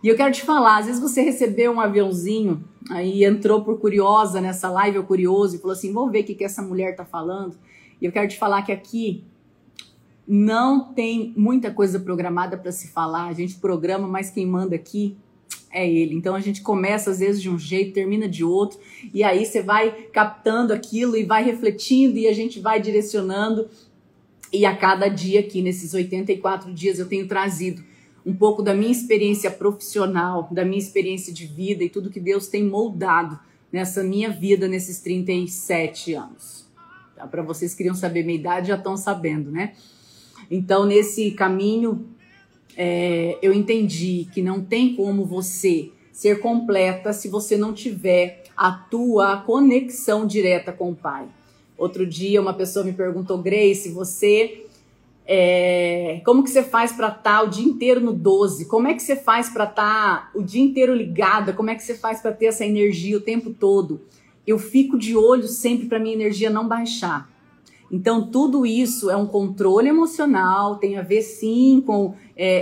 E eu quero te falar, às vezes você recebeu um aviãozinho, aí entrou por curiosa nessa live, ou curioso, e falou assim, vou ver o que essa mulher tá falando. E eu quero te falar que aqui não tem muita coisa programada para se falar, a gente programa, mas quem manda aqui é ele. Então a gente começa às vezes de um jeito, termina de outro, e aí você vai captando aquilo e vai refletindo e a gente vai direcionando. E a cada dia aqui, nesses 84 dias, eu tenho trazido um pouco da minha experiência profissional, da minha experiência de vida e tudo que Deus tem moldado nessa minha vida nesses 37 anos. Tá? Para vocês que queriam saber minha idade, já estão sabendo, né? Então, nesse caminho, eu entendi que não tem como você ser completa se você não tiver a tua conexão direta com o Pai. Outro dia, uma pessoa me perguntou, Grace, você... como que você faz para estar o dia inteiro no 12? Como é que você faz para estar o dia inteiro ligada? Como é que você faz para ter essa energia o tempo todo? Eu fico de olho sempre para minha energia não baixar. Então, tudo isso é um controle emocional, tem a ver sim com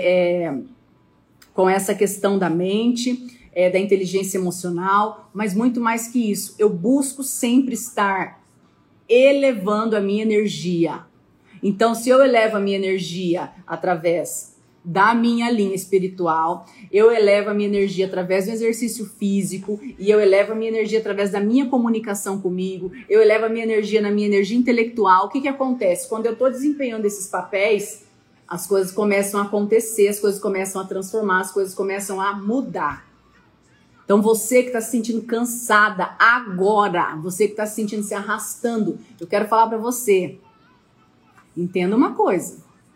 essa questão da mente, da inteligência emocional, mas muito mais que isso. Eu busco sempre estar elevando a minha energia. Então, se eu elevo a minha energia através da minha linha espiritual, eu elevo a minha energia através do exercício físico, e eu elevo a minha energia através da minha comunicação comigo, eu elevo a minha energia na minha energia intelectual. O que acontece? Quando eu estou desempenhando esses papéis, as coisas começam a acontecer, as coisas começam a transformar, as coisas começam a mudar. Então você que está se sentindo cansada agora, você que está se sentindo se arrastando, eu quero falar para você, entenda uma coisa,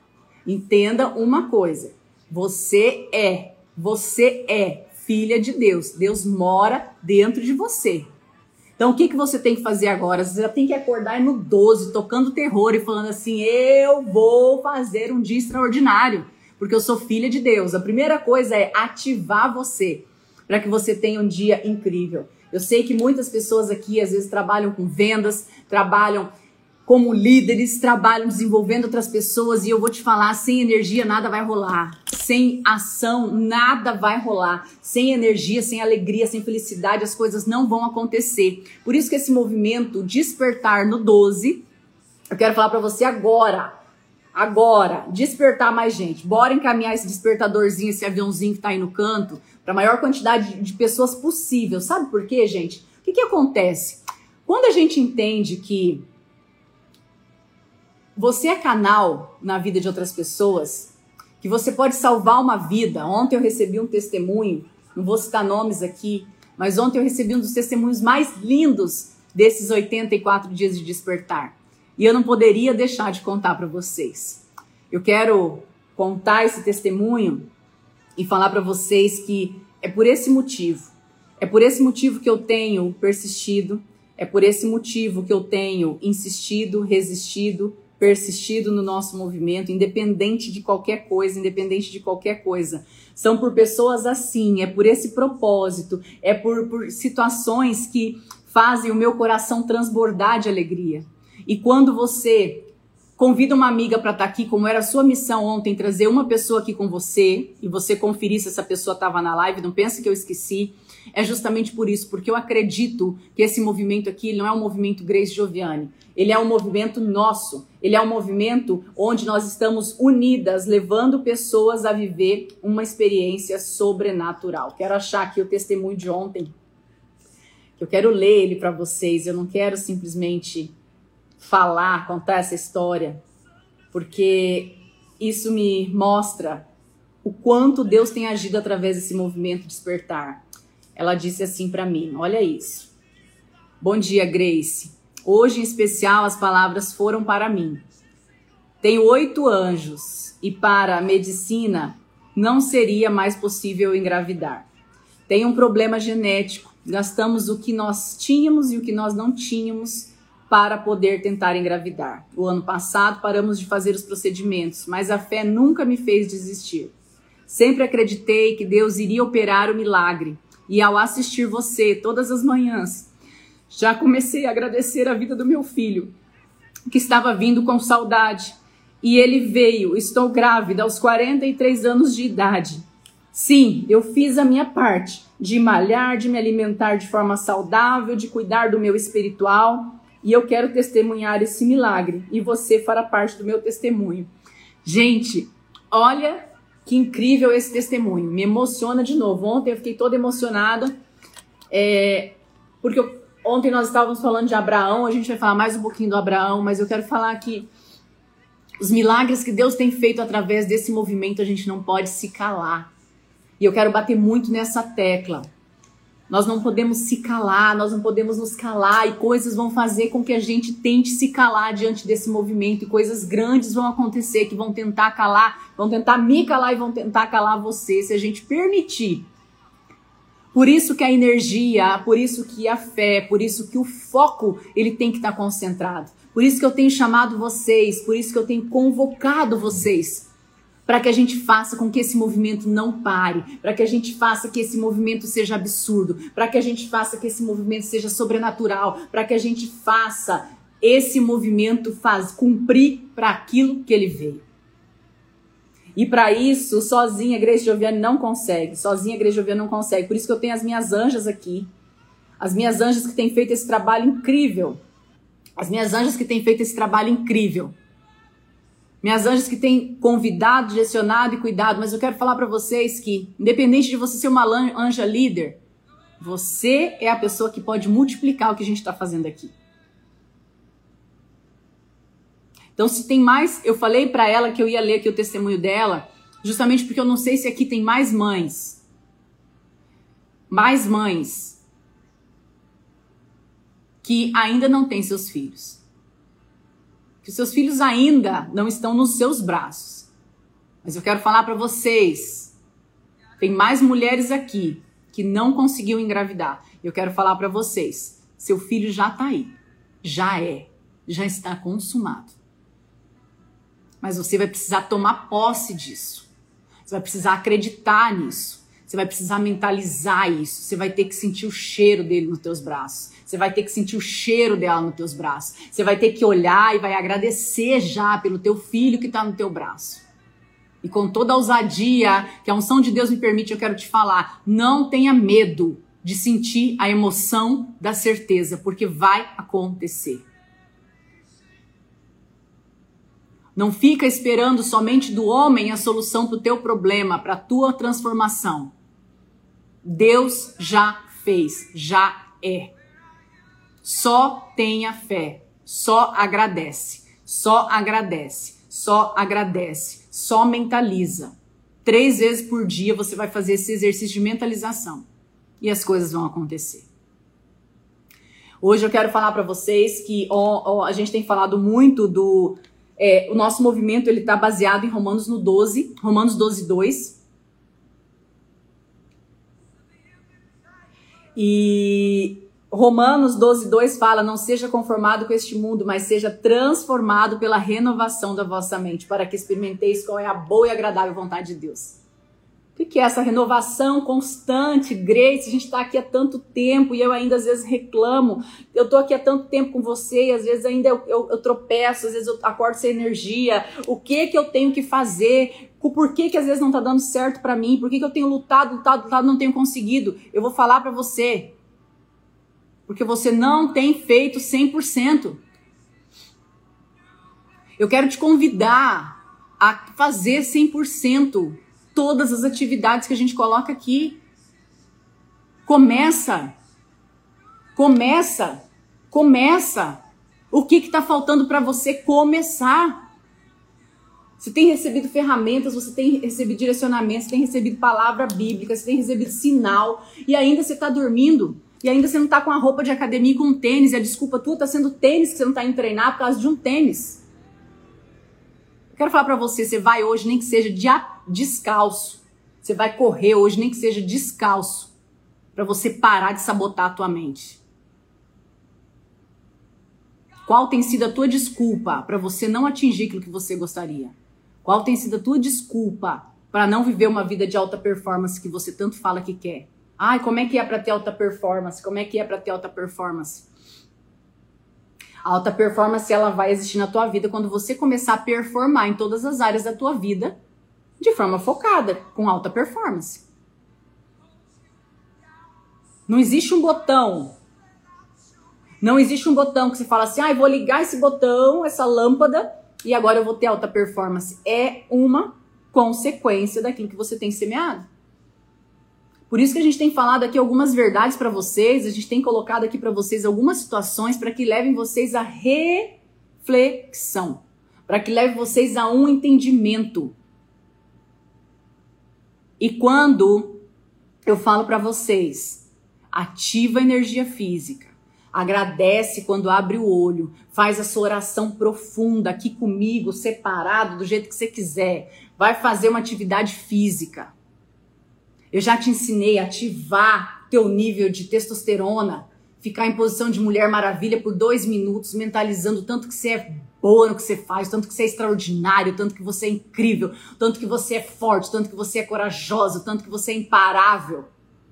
você é filha de Deus, Deus mora dentro de você. Então o que você tem que fazer agora? Você já tem que acordar no 12, tocando terror e falando assim, eu vou fazer um dia extraordinário, porque eu sou filha de Deus. A primeira coisa é ativar você, para que você tenha um dia incrível. Eu sei que muitas pessoas aqui às vezes trabalham com vendas, trabalham como líderes, trabalham desenvolvendo outras pessoas, e eu vou te falar, sem energia nada vai rolar, sem ação nada vai rolar, sem energia, sem alegria, sem felicidade as coisas não vão acontecer. Por isso que esse movimento Despertar no 12, eu quero falar para você agora, despertar mais gente, bora encaminhar esse despertadorzinho, esse aviãozinho que tá aí no canto, para a maior quantidade de pessoas possível. Sabe por quê, gente? O que acontece? Quando a gente entende que você é canal na vida de outras pessoas, que você pode salvar uma vida. Ontem eu recebi um testemunho, não vou citar nomes aqui, mas ontem eu recebi um dos testemunhos mais lindos desses 84 dias de despertar. E eu não poderia deixar de contar para vocês. Eu quero contar esse testemunho e falar para vocês que é por esse motivo que eu tenho persistido, é por esse motivo que eu tenho insistido, resistido, persistido no nosso movimento, independente de qualquer coisa. São por pessoas assim, é por esse propósito, é por situações que fazem o meu coração transbordar de alegria. E quando você convida uma amiga para estar aqui, como era a sua missão ontem, trazer uma pessoa aqui com você, e você conferir se essa pessoa estava na live, não pensa que eu esqueci, é justamente por isso, porque eu acredito que esse movimento aqui não é um movimento Grace Gioviani, ele é um movimento nosso, ele é um movimento onde nós estamos unidas, levando pessoas a viver uma experiência sobrenatural. Quero achar aqui o testemunho de ontem, que eu quero ler ele para vocês, eu não quero simplesmente falar, contar essa história, porque isso me mostra o quanto Deus tem agido através desse movimento Despertar. Ela disse assim para mim, olha isso. Bom dia, Grace. Hoje, em especial, as palavras foram para mim. Tenho 8 anjos e para a medicina não seria mais possível engravidar. Tenho um problema genético. Gastamos o que nós tínhamos e o que nós não tínhamos para poder tentar engravidar. O ano passado paramos de fazer os procedimentos, mas a fé nunca me fez desistir. Sempre acreditei que Deus iria operar o milagre. E ao assistir você todas as manhãs, já comecei a agradecer a vida do meu filho, que estava vindo com saudade. E ele veio, estou grávida aos 43 anos de idade. Sim, eu fiz a minha parte de malhar, de me alimentar de forma saudável, de cuidar do meu espiritual, e eu quero testemunhar esse milagre, e você fará parte do meu testemunho. Gente, olha que incrível esse testemunho, me emociona de novo. Ontem eu fiquei toda emocionada, porque ontem nós estávamos falando de Abraão, a gente vai falar mais um pouquinho do Abraão, mas eu quero falar que os milagres que Deus tem feito através desse movimento, a gente não pode se calar. E eu quero bater muito nessa tecla. Nós não podemos se calar, nós não podemos nos calar, e coisas vão fazer com que a gente tente se calar diante desse movimento, e coisas grandes vão acontecer que vão tentar calar, vão tentar me calar e vão tentar calar você, se a gente permitir. Por isso que a energia, por isso que a fé, por isso que o foco, ele tem que estar concentrado. Por isso que eu tenho chamado vocês, por isso que eu tenho convocado vocês, para que a gente faça com que esse movimento não pare, para que a gente faça que esse movimento seja absurdo, para que a gente faça que esse movimento seja sobrenatural, para que a gente faça esse movimento cumprir para aquilo que ele veio. E para isso, sozinha a Grace Joviane não consegue, por isso que eu tenho as minhas anjas aqui, as minhas anjas que têm feito esse trabalho incrível, minhas anjas que têm convidado, direcionado e cuidado, mas eu quero falar para vocês que, independente de você ser uma anja líder, você é a pessoa que pode multiplicar o que a gente está fazendo aqui. Então, se tem mais, eu falei para ela que eu ia ler aqui o testemunho dela, justamente porque eu não sei se aqui tem mais mães que ainda não têm seus filhos. Que seus filhos ainda não estão nos seus braços. Mas eu quero falar para vocês, tem mais mulheres aqui que não conseguiu engravidar. Eu quero falar para vocês, seu filho já está aí, já está consumado. Mas você vai precisar tomar posse disso. Você vai precisar acreditar nisso. Você vai precisar mentalizar isso. Você vai ter que sentir o cheiro dele nos teus braços. Você vai ter que sentir o cheiro dela nos teus braços. Você vai ter que olhar e vai agradecer já pelo teu filho que está no teu braço. E com toda a ousadia que a unção de Deus me permite, eu quero te falar, não tenha medo de sentir a emoção da certeza, porque vai acontecer. Não fica esperando somente do homem a solução para o teu problema, para a tua transformação. Deus já fez, já é. Só tenha fé, só agradece, só mentaliza. 3 vezes por dia você vai fazer esse exercício de mentalização e as coisas vão acontecer. Hoje eu quero falar para vocês que a gente tem falado muito do... o nosso movimento ele está baseado em Romanos 12, 2. E Romanos 12, 2 fala, não seja conformado com este mundo, mas seja transformado pela renovação da vossa mente, para que experimenteis qual é a boa e agradável vontade de Deus. O que é essa renovação constante, Grace? A gente está aqui há tanto tempo e eu ainda às vezes reclamo. Eu estou aqui há tanto tempo com você e às vezes ainda eu tropeço, às vezes eu acordo sem energia. O que eu tenho que fazer? Por que às vezes não está dando certo para mim? Por que eu tenho lutado, não tenho conseguido? Eu vou falar para você. Porque você não tem feito 100%. Eu quero te convidar a fazer 100%. Todas as atividades que a gente coloca aqui. Começa. O que está faltando para você começar? Você tem recebido ferramentas, você tem recebido direcionamentos, você tem recebido palavra bíblica, você tem recebido sinal, e ainda você está dormindo, e ainda você não está com a roupa de academia e com um tênis, e a desculpa tua está sendo tênis que você não está indo treinar por causa de um tênis. Eu quero falar para você, você vai hoje, nem que seja descalço. Você vai correr hoje, nem que seja descalço. Para você parar de sabotar a tua mente. Qual tem sido a tua desculpa para você não atingir aquilo que você gostaria? Qual tem sido a tua desculpa para não viver uma vida de alta performance que você tanto fala que quer? Ai, como é que é para ter alta performance? A alta performance, ela vai existir na tua vida quando você começar a performar em todas as áreas da tua vida de forma focada, com alta performance. Não existe um botão. Não existe um botão que você fala assim, eu vou ligar esse botão, essa lâmpada, e agora eu vou ter alta performance. É uma consequência daquilo que você tem semeado. Por isso que a gente tem falado aqui algumas verdades para vocês, a gente tem colocado aqui para vocês algumas situações para que levem vocês à reflexão, para que levem vocês a um entendimento. E quando eu falo para vocês, ativa a energia física, agradece quando abre o olho, faz a sua oração profunda aqui comigo, separado, do jeito que você quiser, vai fazer uma atividade física. Eu já te ensinei a ativar teu nível de testosterona, ficar em posição de Mulher Maravilha por 2 minutos, mentalizando tanto que você é boa no que você faz, tanto que você é extraordinário, tanto que você é incrível, tanto que você é forte, tanto que você é corajosa, tanto que você é imparável.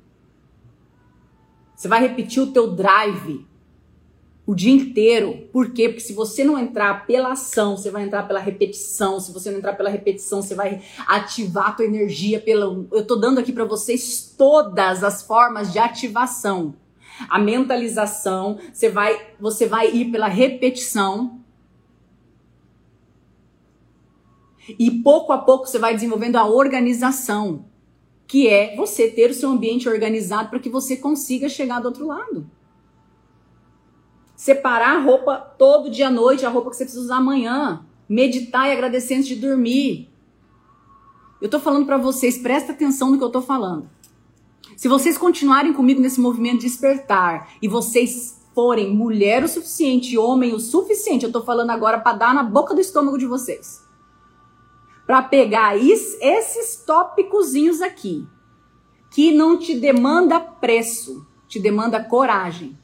Você vai repetir o teu drive o dia inteiro. Por quê? Porque se você não entrar pela ação, você vai entrar pela repetição. Se você não entrar pela repetição, você vai ativar a tua energia pela... Eu tô dando aqui para vocês todas as formas de ativação. A mentalização, você vai ir pela repetição. E pouco a pouco você vai desenvolvendo a organização, que é você ter o seu ambiente organizado para que você consiga chegar do outro lado. Separar a roupa todo dia à noite, a roupa que você precisa usar amanhã. Meditar e agradecer antes de dormir. Eu tô falando para vocês, presta atenção no que eu tô falando. Se vocês continuarem comigo nesse movimento de despertar e vocês forem mulher o suficiente, homem o suficiente, eu tô falando agora para dar na boca do estômago de vocês. Para pegar esses tópicozinhos aqui, que não te demanda preço, te demanda coragem.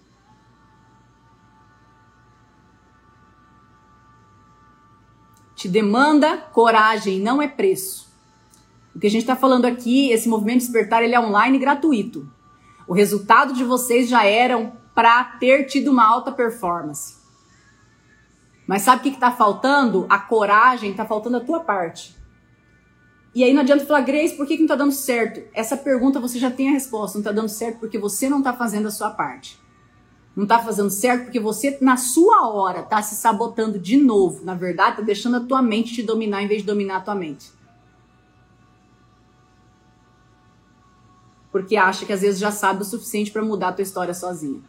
Te demanda coragem, não é preço. O que a gente está falando aqui, esse movimento despertar, ele é online e gratuito. O resultado de vocês já eram para ter tido uma alta performance. Mas sabe o que está faltando? A coragem, está faltando a tua parte. E aí não adianta falar, Grace, por que não está dando certo? Essa pergunta você já tem a resposta. Não está dando certo porque você não está fazendo a sua parte. Não está fazendo certo porque você, na sua hora, está se sabotando de novo. Na verdade, está deixando a tua mente te dominar em vez de dominar a tua mente. Porque acha que às vezes já sabe o suficiente para mudar a tua história sozinha.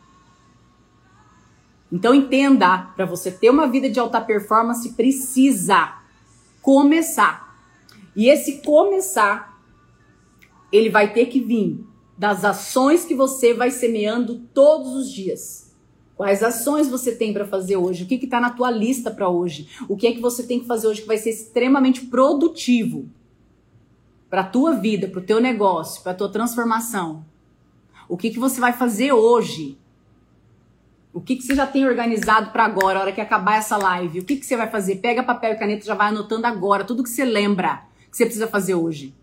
Então entenda, para você ter uma vida de alta performance, precisa começar. E esse começar, ele vai ter que vir das ações que você vai semeando todos os dias. Quais ações você tem para fazer hoje? O que está na tua lista para hoje? O que é que você tem que fazer hoje que vai ser extremamente produtivo para a tua vida, para o teu negócio, para a tua transformação? O que você vai fazer hoje? O que você já tem organizado para agora, a hora que acabar essa live? O que você vai fazer? Pega papel e caneta e já vai anotando agora tudo que você lembra que você precisa fazer hoje.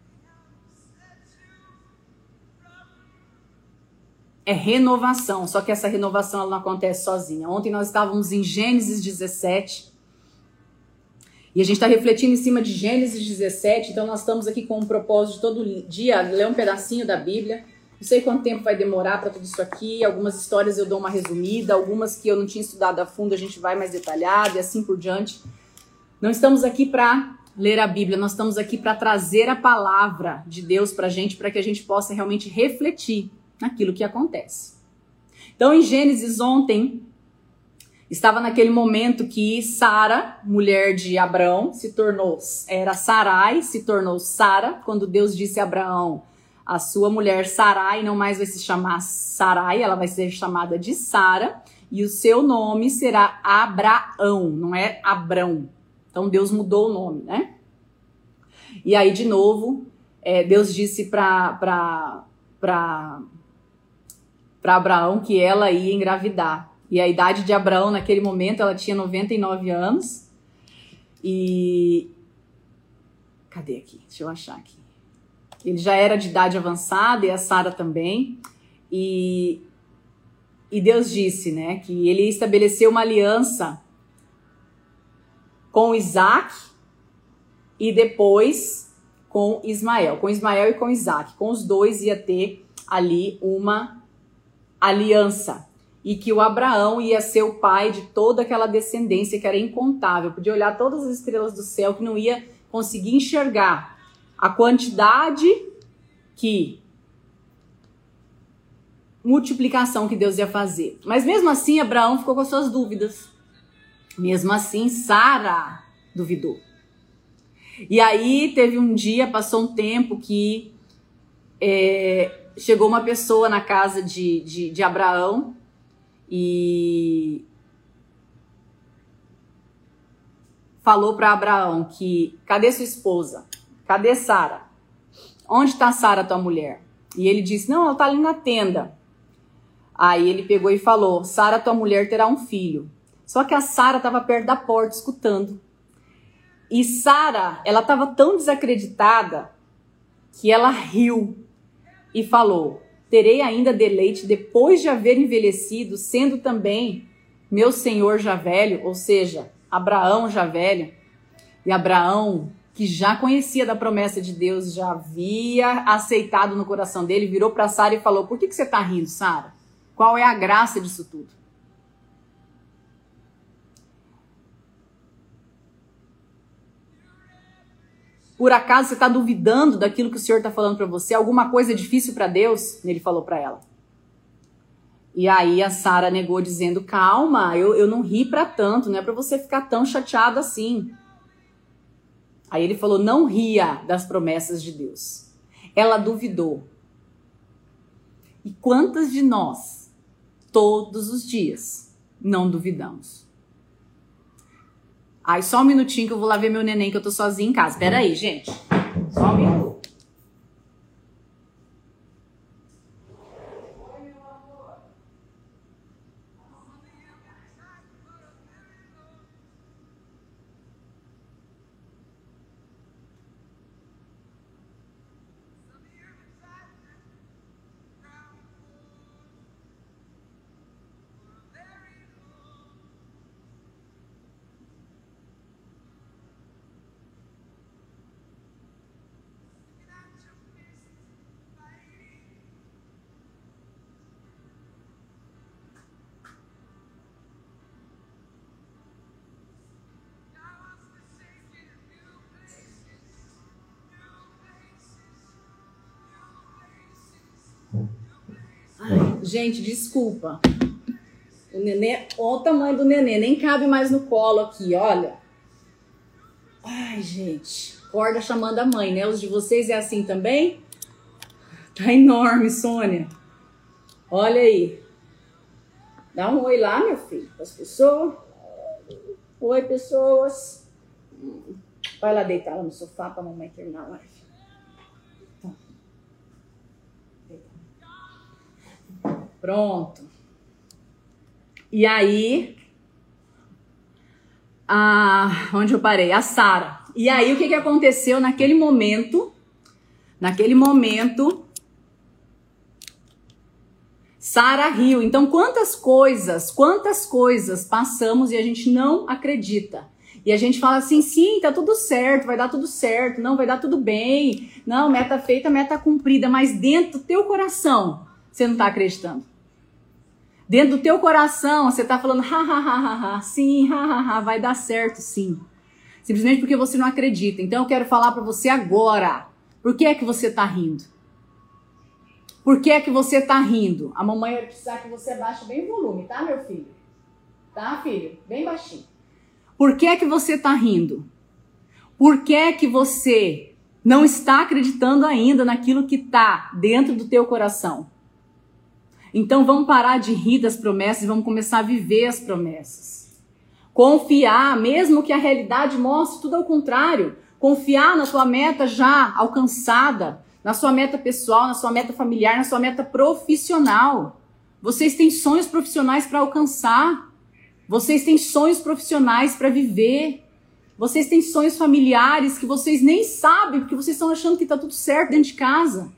É renovação, só que essa renovação ela não acontece sozinha. Ontem nós estávamos em Gênesis 17 e a gente está refletindo em cima de Gênesis 17, então nós estamos aqui com um propósito de todo dia ler um pedacinho da Bíblia. Não sei quanto tempo vai demorar para tudo isso aqui, algumas histórias eu dou uma resumida, algumas que eu não tinha estudado a fundo a gente vai mais detalhado e assim por diante. Não estamos aqui para ler a Bíblia, nós estamos aqui para trazer a palavra de Deus para que a gente possa realmente refletir naquilo que acontece. Então, em Gênesis, ontem, estava naquele momento que Sara, mulher de Abrão, era Sarai, se tornou Sara, quando Deus disse a Abraão, a sua mulher Sarai não mais vai se chamar Sarai, ela vai ser chamada de Sara, e o seu nome será Abraão, não é Abrão. Então, Deus mudou o nome, né? E aí, de novo, Deus disse para Abraão que ela ia engravidar. E a idade de Abraão, naquele momento, ela tinha 99 anos. E... cadê aqui? Deixa eu achar aqui. Ele já era de idade avançada e a Sara também. E Deus disse, né, que ele estabeleceu uma aliança com Isaac e depois com Ismael. Com Ismael e com Isaac. Com os dois ia ter ali uma aliança e que o Abraão ia ser o pai de toda aquela descendência que era incontável. Podia olhar todas as estrelas do céu que não ia conseguir enxergar a quantidade multiplicação que Deus ia fazer. Mas mesmo assim, Abraão ficou com as suas dúvidas. Mesmo assim, Sara duvidou. E aí teve um dia, passou um tempo que chegou uma pessoa na casa de Abraão e falou para Abraão que, cadê sua esposa? Cadê Sara? Onde está Sara, tua mulher? E ele disse, não, ela está ali na tenda. Aí ele pegou e falou, Sara, tua mulher terá um filho. Só que a Sara estava perto da porta escutando. E Sara, ela estava tão desacreditada que ela riu e falou, terei ainda deleite depois de haver envelhecido, sendo também meu senhor já velho, ou seja, Abraão já velho. E Abraão, que já conhecia da promessa de Deus, já havia aceitado no coração dele, virou para Sara e falou, por que você está rindo, Sara? Qual é a graça disso tudo? Por acaso você está duvidando daquilo que o Senhor está falando para você? Alguma coisa difícil para Deus? Ele falou para ela. E aí a Sara negou dizendo, calma, eu não ri para tanto, não é para você ficar tão chateado assim. Aí ele falou, não ria das promessas de Deus. Ela duvidou. E quantas de nós, todos os dias, não duvidamos? Ai, só um minutinho que eu vou lá ver meu neném, que eu tô sozinha em casa. Pera aí, gente. Só um minuto. Ai, gente, desculpa. O nenê, olha o tamanho do nenê, nem cabe mais no colo aqui, olha. Ai, gente, corda chamando a mãe, né? Os de vocês é assim também? Tá enorme, Sônia. Olha aí. Dá um oi lá, meu filho, para as pessoas. Oi, pessoas. Vai lá deitar lá no sofá para a mamãe terminar a live. Pronto. E aí, onde eu parei? A Sara. E aí, o que aconteceu naquele momento? Naquele momento, Sara riu. Então, quantas coisas passamos e a gente não acredita. E a gente fala assim, sim, tá tudo certo, vai dar tudo certo, não, vai dar tudo bem. Não, meta feita, meta cumprida. Mas dentro do teu coração, você não tá acreditando. Dentro do teu coração, você tá falando, sim, vai dar certo, sim. Simplesmente porque você não acredita. Então eu quero falar para você agora. Por que é que você tá rindo? Por que é que você tá rindo? A mamãe vai precisar que você abaixe bem o volume, tá, meu filho? Tá, filho? Bem baixinho. Por que é que você tá rindo? Por que é que você não está acreditando ainda naquilo que tá dentro do teu coração? Então vamos parar de rir das promessas e vamos começar a viver as promessas. Confiar, mesmo que a realidade mostre tudo ao contrário. Confiar na sua meta já alcançada, na sua meta pessoal, na sua meta familiar, na sua meta profissional. Vocês têm sonhos profissionais para alcançar. Vocês têm sonhos profissionais para viver. Vocês têm sonhos familiares que vocês nem sabem, porque vocês estão achando que está tudo certo dentro de casa.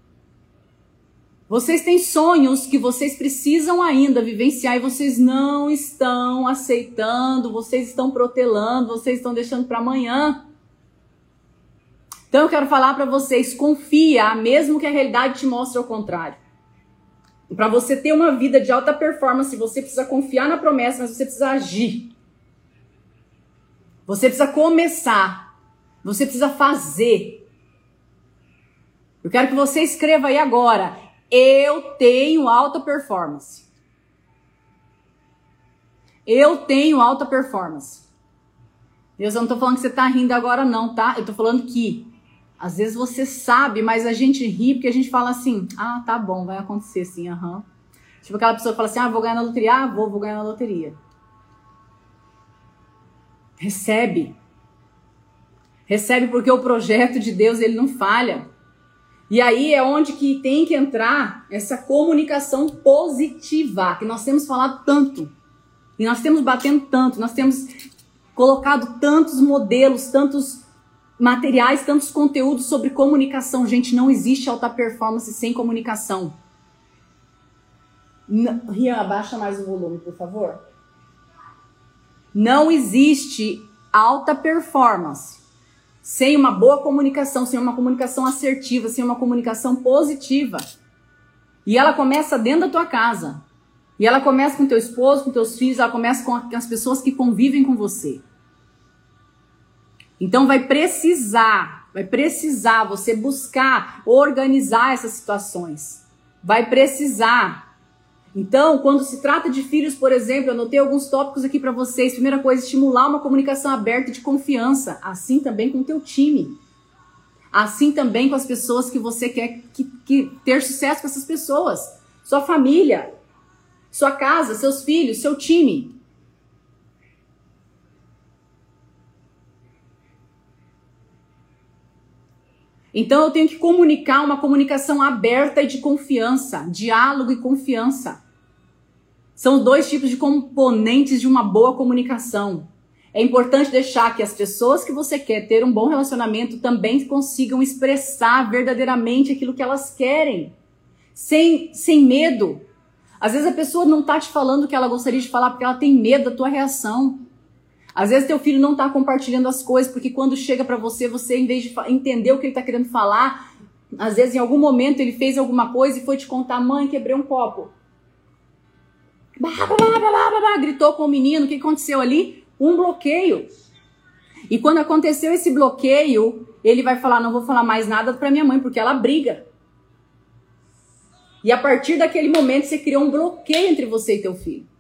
Vocês têm sonhos que vocês precisam ainda vivenciar e vocês não estão aceitando, vocês estão protelando, vocês estão deixando para amanhã. Então eu quero falar para vocês, confia, mesmo que a realidade te mostre ao contrário. Para você ter uma vida de alta performance, você precisa confiar na promessa, mas você precisa agir. Você precisa começar. Você precisa fazer. Eu quero que você escreva aí agora. Eu tenho alta performance. Eu tenho alta performance. Deus, eu não tô falando que você tá rindo agora não, tá? Eu tô falando que às vezes você sabe, mas a gente ri porque a gente fala assim, ah, tá bom, vai acontecer sim, aham. Tipo aquela pessoa que fala assim, ah, vou ganhar na loteria, ah, vou ganhar na loteria. Recebe. Recebe porque o projeto de Deus, ele não falha. E aí é onde que tem que entrar essa comunicação positiva, que nós temos falado tanto. E nós temos batendo tanto, nós temos colocado tantos modelos, tantos materiais, tantos conteúdos sobre comunicação. Gente, não existe alta performance sem comunicação. Rian, abaixa mais o volume, por favor. Não existe alta performance sem uma boa comunicação, sem uma comunicação assertiva, sem uma comunicação positiva. E ela começa dentro da tua casa. E ela começa com teu esposo, com teus filhos, ela começa com as pessoas que convivem com você. Então vai precisar você buscar organizar essas situações. Vai precisar. Então, quando se trata de filhos, por exemplo, eu anotei alguns tópicos aqui para vocês. Primeira coisa, estimular uma comunicação aberta e de confiança. Assim também com o teu time. Assim também com as pessoas que você quer ter sucesso com essas pessoas. Sua família, sua casa, seus filhos, seu time. Então eu tenho que comunicar uma comunicação aberta e de confiança, diálogo e confiança. São dois tipos de componentes de uma boa comunicação. É importante deixar que as pessoas que você quer ter um bom relacionamento também consigam expressar verdadeiramente aquilo que elas querem, sem medo. Às vezes a pessoa não tá te falando o que ela gostaria de falar porque ela tem medo da tua reação. Às vezes teu filho não tá compartilhando as coisas, porque quando chega pra você, em vez de entender o que ele tá querendo falar, às vezes em algum momento ele fez alguma coisa e foi te contar, mãe, quebrei um copo. Gritou com o menino, o que aconteceu ali? Um bloqueio. E quando aconteceu esse bloqueio, ele vai falar, não vou falar mais nada pra minha mãe, porque ela briga. E a partir daquele momento você criou um bloqueio entre você e teu filho.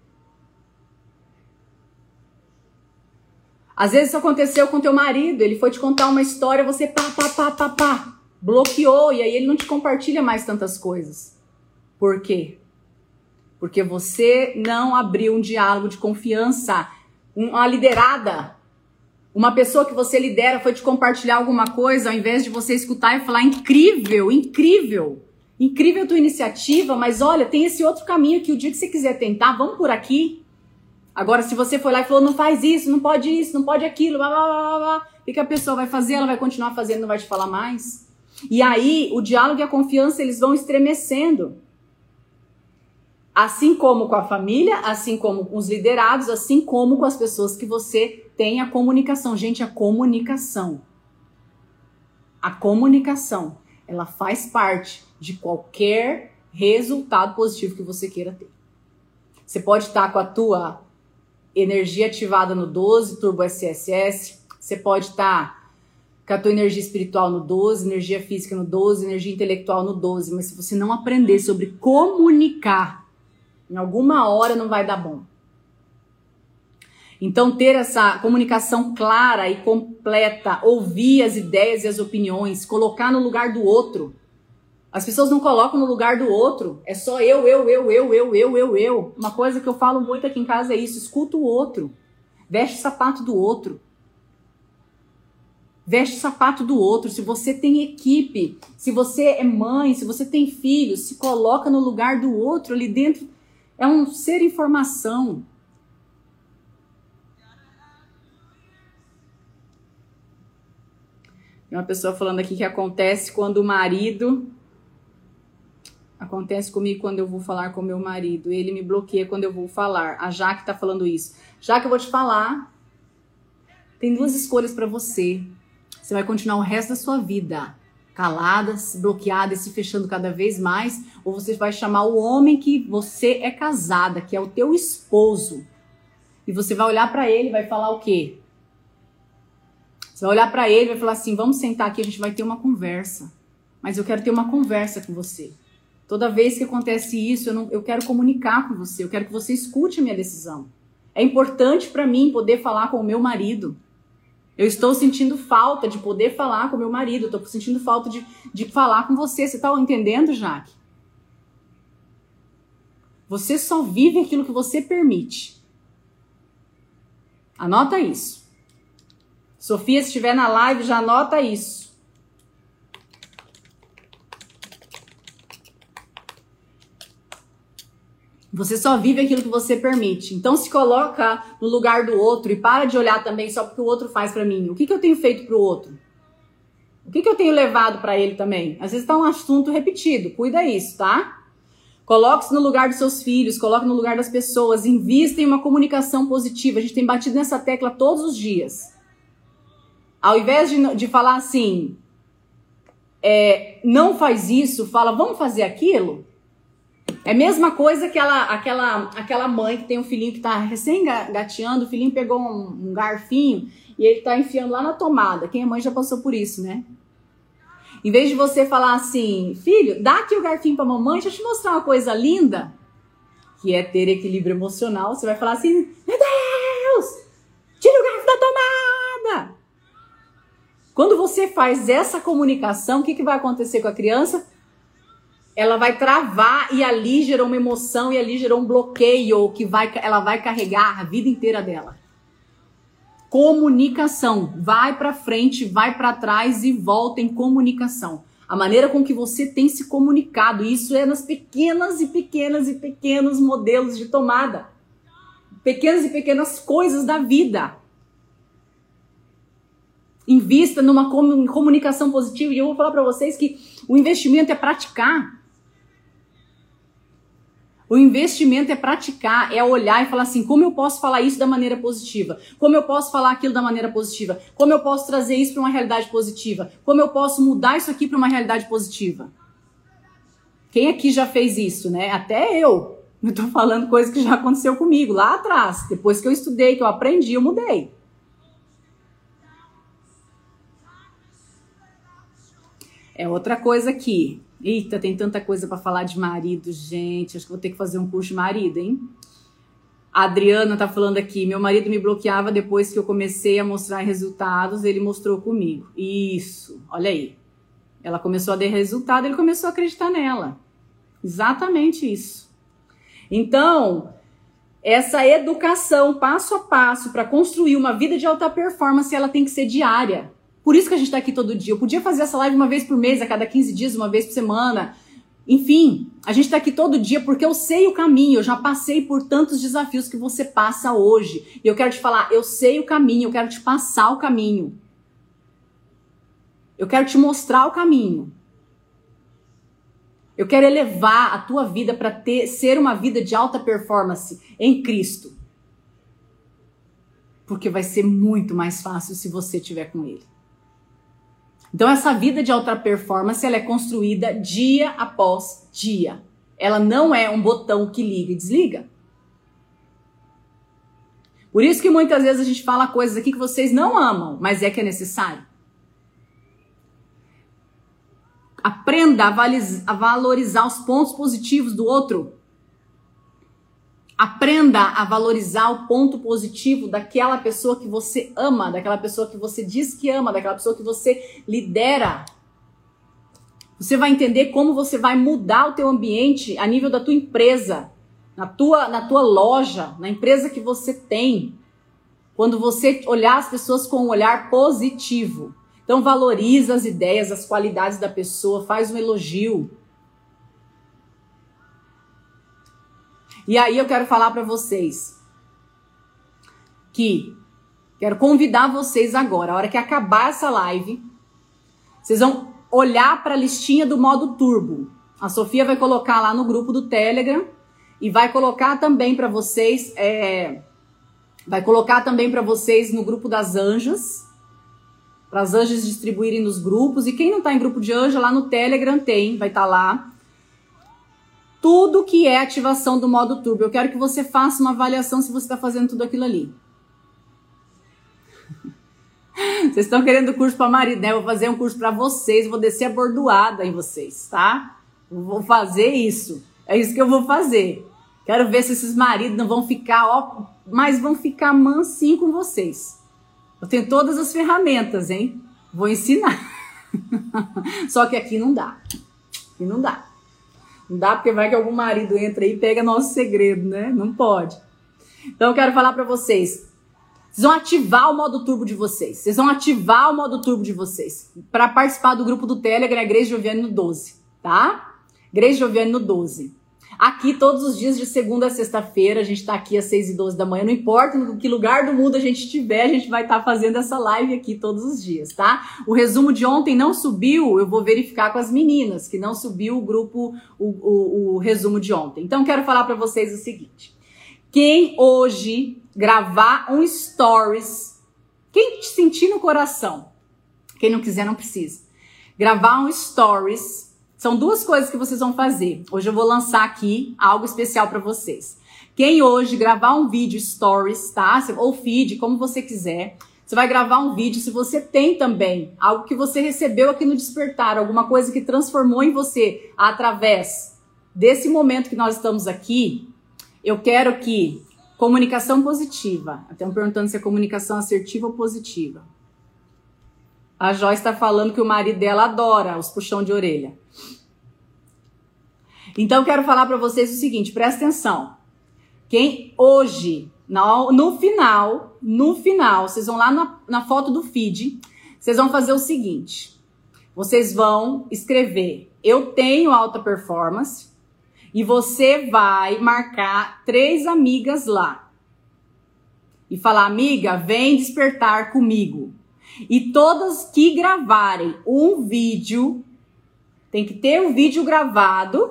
Às vezes isso aconteceu com teu marido, ele foi te contar uma história, você bloqueou, e aí ele não te compartilha mais tantas coisas. Por quê? Porque você não abriu um diálogo de confiança, uma liderada. Uma pessoa que você lidera foi te compartilhar alguma coisa, ao invés de você escutar e falar, incrível, incrível, incrível a tua iniciativa, mas olha, tem esse outro caminho que o dia que você quiser tentar, vamos por aqui. Agora, se você foi lá e falou, não faz isso, não pode aquilo, blá, blá, blá, blá, o que a pessoa vai fazer? Ela vai continuar fazendo, não vai te falar mais. E aí, o diálogo e a confiança, eles vão estremecendo. Assim como com a família, assim como com os liderados, assim como com as pessoas que você tem a comunicação. Gente, a comunicação, ela faz parte de qualquer resultado positivo que você queira ter. Você pode estar com a tua energia ativada no 12, Turbo SSS. Você pode estar com a tua energia espiritual no 12, energia física no 12, energia intelectual no 12. Mas se você não aprender sobre comunicar, em alguma hora não vai dar bom. Então ter essa comunicação clara e completa, ouvir as ideias e as opiniões, colocar no lugar do outro. As pessoas não colocam no lugar do outro. É só eu. Uma coisa que eu falo muito aqui em casa é isso. Escuta o outro. Veste o sapato do outro. Veste o sapato do outro. Se você tem equipe, se você é mãe, se você tem filhos, se coloca no lugar do outro. Ali dentro é um ser informação. Tem uma pessoa falando aqui que acontece quando o marido... Acontece comigo quando eu vou falar com meu marido. Ele me bloqueia quando eu vou falar. A Jaque tá falando isso. Jaque, eu vou te falar. Tem duas escolhas para você. Você vai continuar o resto da sua vida calada, bloqueada e se fechando cada vez mais, ou você vai chamar o homem que você é casada, que é o teu esposo, e você vai olhar para ele e vai falar o quê? Você vai olhar para ele e vai falar assim, vamos sentar aqui, a gente vai ter uma conversa, mas eu quero ter uma conversa com você. Toda vez que acontece isso, eu quero comunicar com você, eu quero que você escute a minha decisão. É importante para mim poder falar com o meu marido. Eu estou sentindo falta de poder falar com o meu marido. Eu estou sentindo falta de falar com você. Você está entendendo, Jaque? Você só vive aquilo que você permite. Anota isso. Sofia, se estiver na live, já anota isso. Você só vive aquilo que você permite. Então se coloca no lugar do outro e para de olhar também só porque o outro faz pra mim. O que eu tenho feito pro outro? O que eu tenho levado pra ele também? Às vezes tá um assunto repetido. Cuida isso, tá? Coloque-se no lugar dos seus filhos, coloque no lugar das pessoas. Invista em uma comunicação positiva. A gente tem batido nessa tecla todos os dias. Ao invés de falar assim, não faz isso, fala, vamos fazer aquilo. É a mesma coisa que aquela mãe que tem um filhinho que tá recém-gateando, o filhinho pegou um garfinho e ele tá enfiando lá na tomada. Quem é mãe já passou por isso, né? Em vez de você falar assim, filho, dá aqui o garfinho pra mamãe, deixa eu te mostrar uma coisa linda, que é ter equilíbrio emocional, você vai falar assim, meu Deus, tira o garfo da tomada. Quando você faz essa comunicação, o que vai acontecer com a criança? Ela vai travar e ali gerou uma emoção e ali gerou um bloqueio que ela vai carregar a vida inteira dela. Comunicação. Vai para frente, vai para trás e volta em comunicação. A maneira com que você tem se comunicado. Isso é nas pequenas e pequenos modelos de tomada. Pequenas e pequenas coisas da vida. Invista numa comunicação positiva. E eu vou falar para vocês que o investimento é praticar. O investimento é praticar, é olhar e falar assim, como eu posso falar isso da maneira positiva? Como eu posso falar aquilo da maneira positiva? Como eu posso trazer isso para uma realidade positiva? Como eu posso mudar isso aqui para uma realidade positiva? Quem aqui já fez isso, né? Até eu. Eu tô falando coisa que já aconteceu comigo lá atrás. Depois que eu estudei, que eu aprendi, eu mudei. É outra coisa aqui. Eita, tem tanta coisa para falar de marido, gente. Acho que vou ter que fazer um curso de marido, hein? A Adriana tá falando aqui. Meu marido me bloqueava depois que eu comecei a mostrar resultados. Ele mostrou comigo. Isso, olha aí. Ela começou a ter resultado, ele começou a acreditar nela. Exatamente isso. Então, essa educação passo a passo para construir uma vida de alta performance, ela tem que ser diária. Por isso que a gente tá aqui todo dia. Eu podia fazer essa live uma vez por mês, a cada 15 dias, uma vez por semana. Enfim, a gente tá aqui todo dia porque eu sei o caminho. Eu já passei por tantos desafios que você passa hoje. E eu quero te falar, eu sei o caminho, eu quero te passar o caminho. Eu quero te mostrar o caminho. Eu quero elevar a tua vida para ser uma vida de alta performance em Cristo. Porque vai ser muito mais fácil se você estiver com Ele. Então essa vida de alta performance, ela é construída dia após dia. Ela não é um botão que liga e desliga. Por isso que muitas vezes a gente fala coisas aqui que vocês não amam, mas é que é necessário. Aprenda a valorizar os pontos positivos do outro. Aprenda a valorizar o ponto positivo daquela pessoa que você ama, daquela pessoa que você diz que ama, daquela pessoa que você lidera. Você vai entender como você vai mudar o teu ambiente a nível da tua empresa, na tua loja, na empresa que você tem. Quando você olhar as pessoas com um olhar positivo. Então valoriza as ideias, as qualidades da pessoa, faz um elogio. E aí eu quero falar para vocês que quero convidar vocês agora, a hora que acabar essa live, vocês vão olhar para a listinha do modo turbo. A Sofia vai colocar lá no grupo do Telegram e vai colocar também para vocês, no grupo das anjas, para as anjas distribuírem nos grupos. E quem não está em grupo de anja, lá no Telegram tem, vai estar lá. Tudo que é ativação do modo turbo. Eu quero que você faça uma avaliação se você está fazendo tudo aquilo ali. Vocês estão querendo curso para marido, né? Eu vou fazer um curso para vocês, vou descer a bordoada em vocês, tá? Eu vou fazer isso. É isso que eu vou fazer. Quero ver se esses maridos não vão ficar, ó, mas vão ficar mansinho com vocês. Eu tenho todas as ferramentas, hein? Vou ensinar. Só que aqui não dá. Aqui não dá. Não dá porque vai que algum marido entra aí e pega nosso segredo, né? Não pode. Então eu quero falar para vocês. Vocês vão ativar o modo turbo de vocês. Vocês vão ativar o modo turbo de vocês. Para participar do grupo do Telegram, é Grace Giovanni no 12, tá? Grace Giovanni no 12. Aqui todos os dias de segunda a sexta-feira, a gente tá aqui às 6h12 da manhã. Não importa em que lugar do mundo a gente estiver, a gente vai estar fazendo essa live aqui todos os dias, tá? O resumo de ontem não subiu, eu vou verificar com as meninas, que não subiu o grupo, o resumo de ontem. Então quero falar para vocês o seguinte. Quem hoje gravar um stories, quem te sentir no coração, quem não quiser não precisa, gravar um stories, são duas coisas que vocês vão fazer. Hoje eu vou lançar aqui algo especial para vocês. Quem hoje gravar um vídeo stories, tá? Ou feed, como você quiser, você vai gravar um vídeo. Se você tem também algo que você recebeu aqui no Despertar, alguma coisa que transformou em você através desse momento que nós estamos aqui, eu quero que comunicação positiva. Estão perguntando se é comunicação assertiva ou positiva. A Joyce está falando que o marido dela adora os puxão de orelha. Então eu quero falar para vocês o seguinte, presta atenção. Quem hoje, no final, vocês vão lá na foto do feed, vocês vão fazer o seguinte. Vocês vão escrever, eu tenho alta performance, e você vai marcar 3 amigas lá. E falar, amiga, vem despertar comigo. E todas que gravarem um vídeo, tem que ter um vídeo gravado,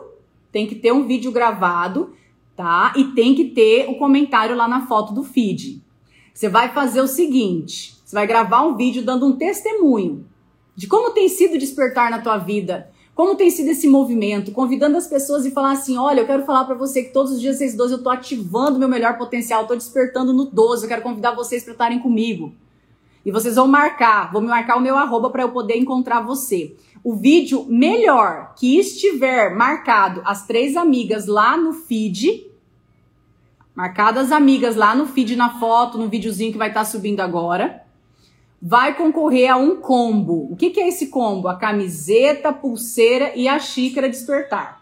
tá? E tem que ter o comentário lá na foto do feed. Você vai fazer o seguinte, você vai gravar um vídeo dando um testemunho de como tem sido despertar na tua vida, como tem sido esse movimento, convidando as pessoas e falar assim, olha, eu quero falar pra você que todos os dias 6/12 eu tô ativando meu melhor potencial, eu tô despertando no 12, eu quero convidar vocês para estarem comigo. E vocês vão me marcar o meu @, para eu poder encontrar você. O vídeo melhor que estiver marcado as 3 amigas lá no feed, marcadas amigas lá no feed, na foto, no videozinho que vai estar subindo agora, vai concorrer a um combo. O que é esse combo? A camiseta, a pulseira e a xícara despertar.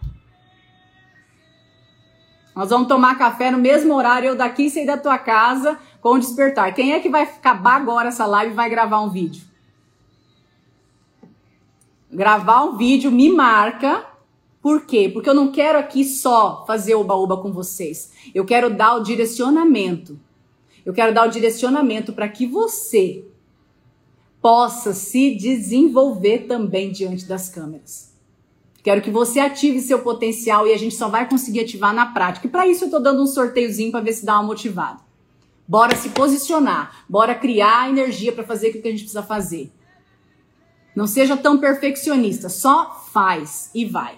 Nós vamos tomar café no mesmo horário, eu daqui sair da tua casa com o despertar. Quem é que vai acabar agora essa live e vai gravar um vídeo? Gravar um vídeo, me marca. Por quê? Porque eu não quero aqui só fazer oba-oba com vocês. Eu quero dar o direcionamento. Eu quero dar o direcionamento para que você possa se desenvolver também diante das câmeras. Quero que você ative seu potencial e a gente só vai conseguir ativar na prática. E para isso eu tô dando um sorteiozinho para ver se dá uma motivada. Bora se posicionar, bora criar energia para fazer o que a gente precisa fazer. Não seja tão perfeccionista, só faz e vai.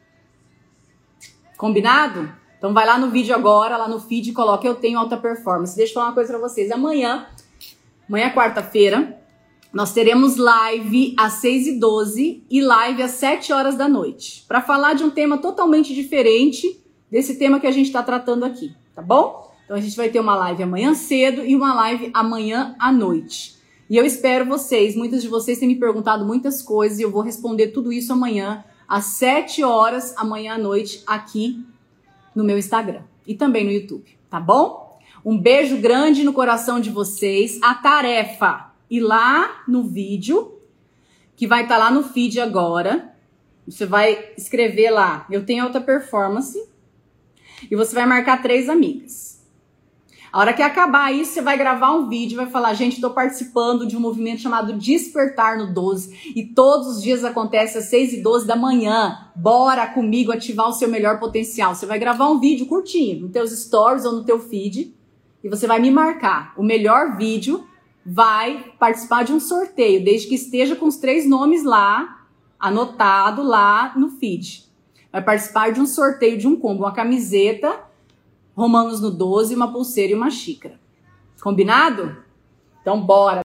Combinado? Então vai lá no vídeo agora, lá no feed, e coloca eu tenho alta performance. Deixa eu falar uma coisa para vocês. Amanhã quarta-feira, nós teremos live às 6h12 e live às 7h da noite. Para falar de um tema totalmente diferente desse tema que a gente está tratando aqui, tá bom? Então a gente vai ter uma live amanhã cedo e uma live amanhã à noite. E eu espero vocês, muitos de vocês têm me perguntado muitas coisas e eu vou responder tudo isso amanhã às 7h amanhã à noite aqui no meu Instagram e também no YouTube, tá bom? Um beijo grande no coração de vocês. A tarefa, ir lá no vídeo, que vai estar lá no feed agora. Você vai escrever lá, eu tenho alta performance, e você vai marcar 3 amigas. A hora que acabar isso, você vai gravar um vídeo e vai falar, gente, estou participando de um movimento chamado Despertar no 12 e todos os dias acontece às 6h12 da manhã. Bora comigo ativar o seu melhor potencial. Você vai gravar um vídeo curtinho, nos teus stories ou no teu feed e você vai me marcar o melhor vídeo vai participar de um sorteio, desde que esteja com os 3 nomes lá, anotado lá no feed. Vai participar de um sorteio de um combo, uma camiseta, Romanos no 12, uma pulseira e uma xícara. Combinado? Então bora!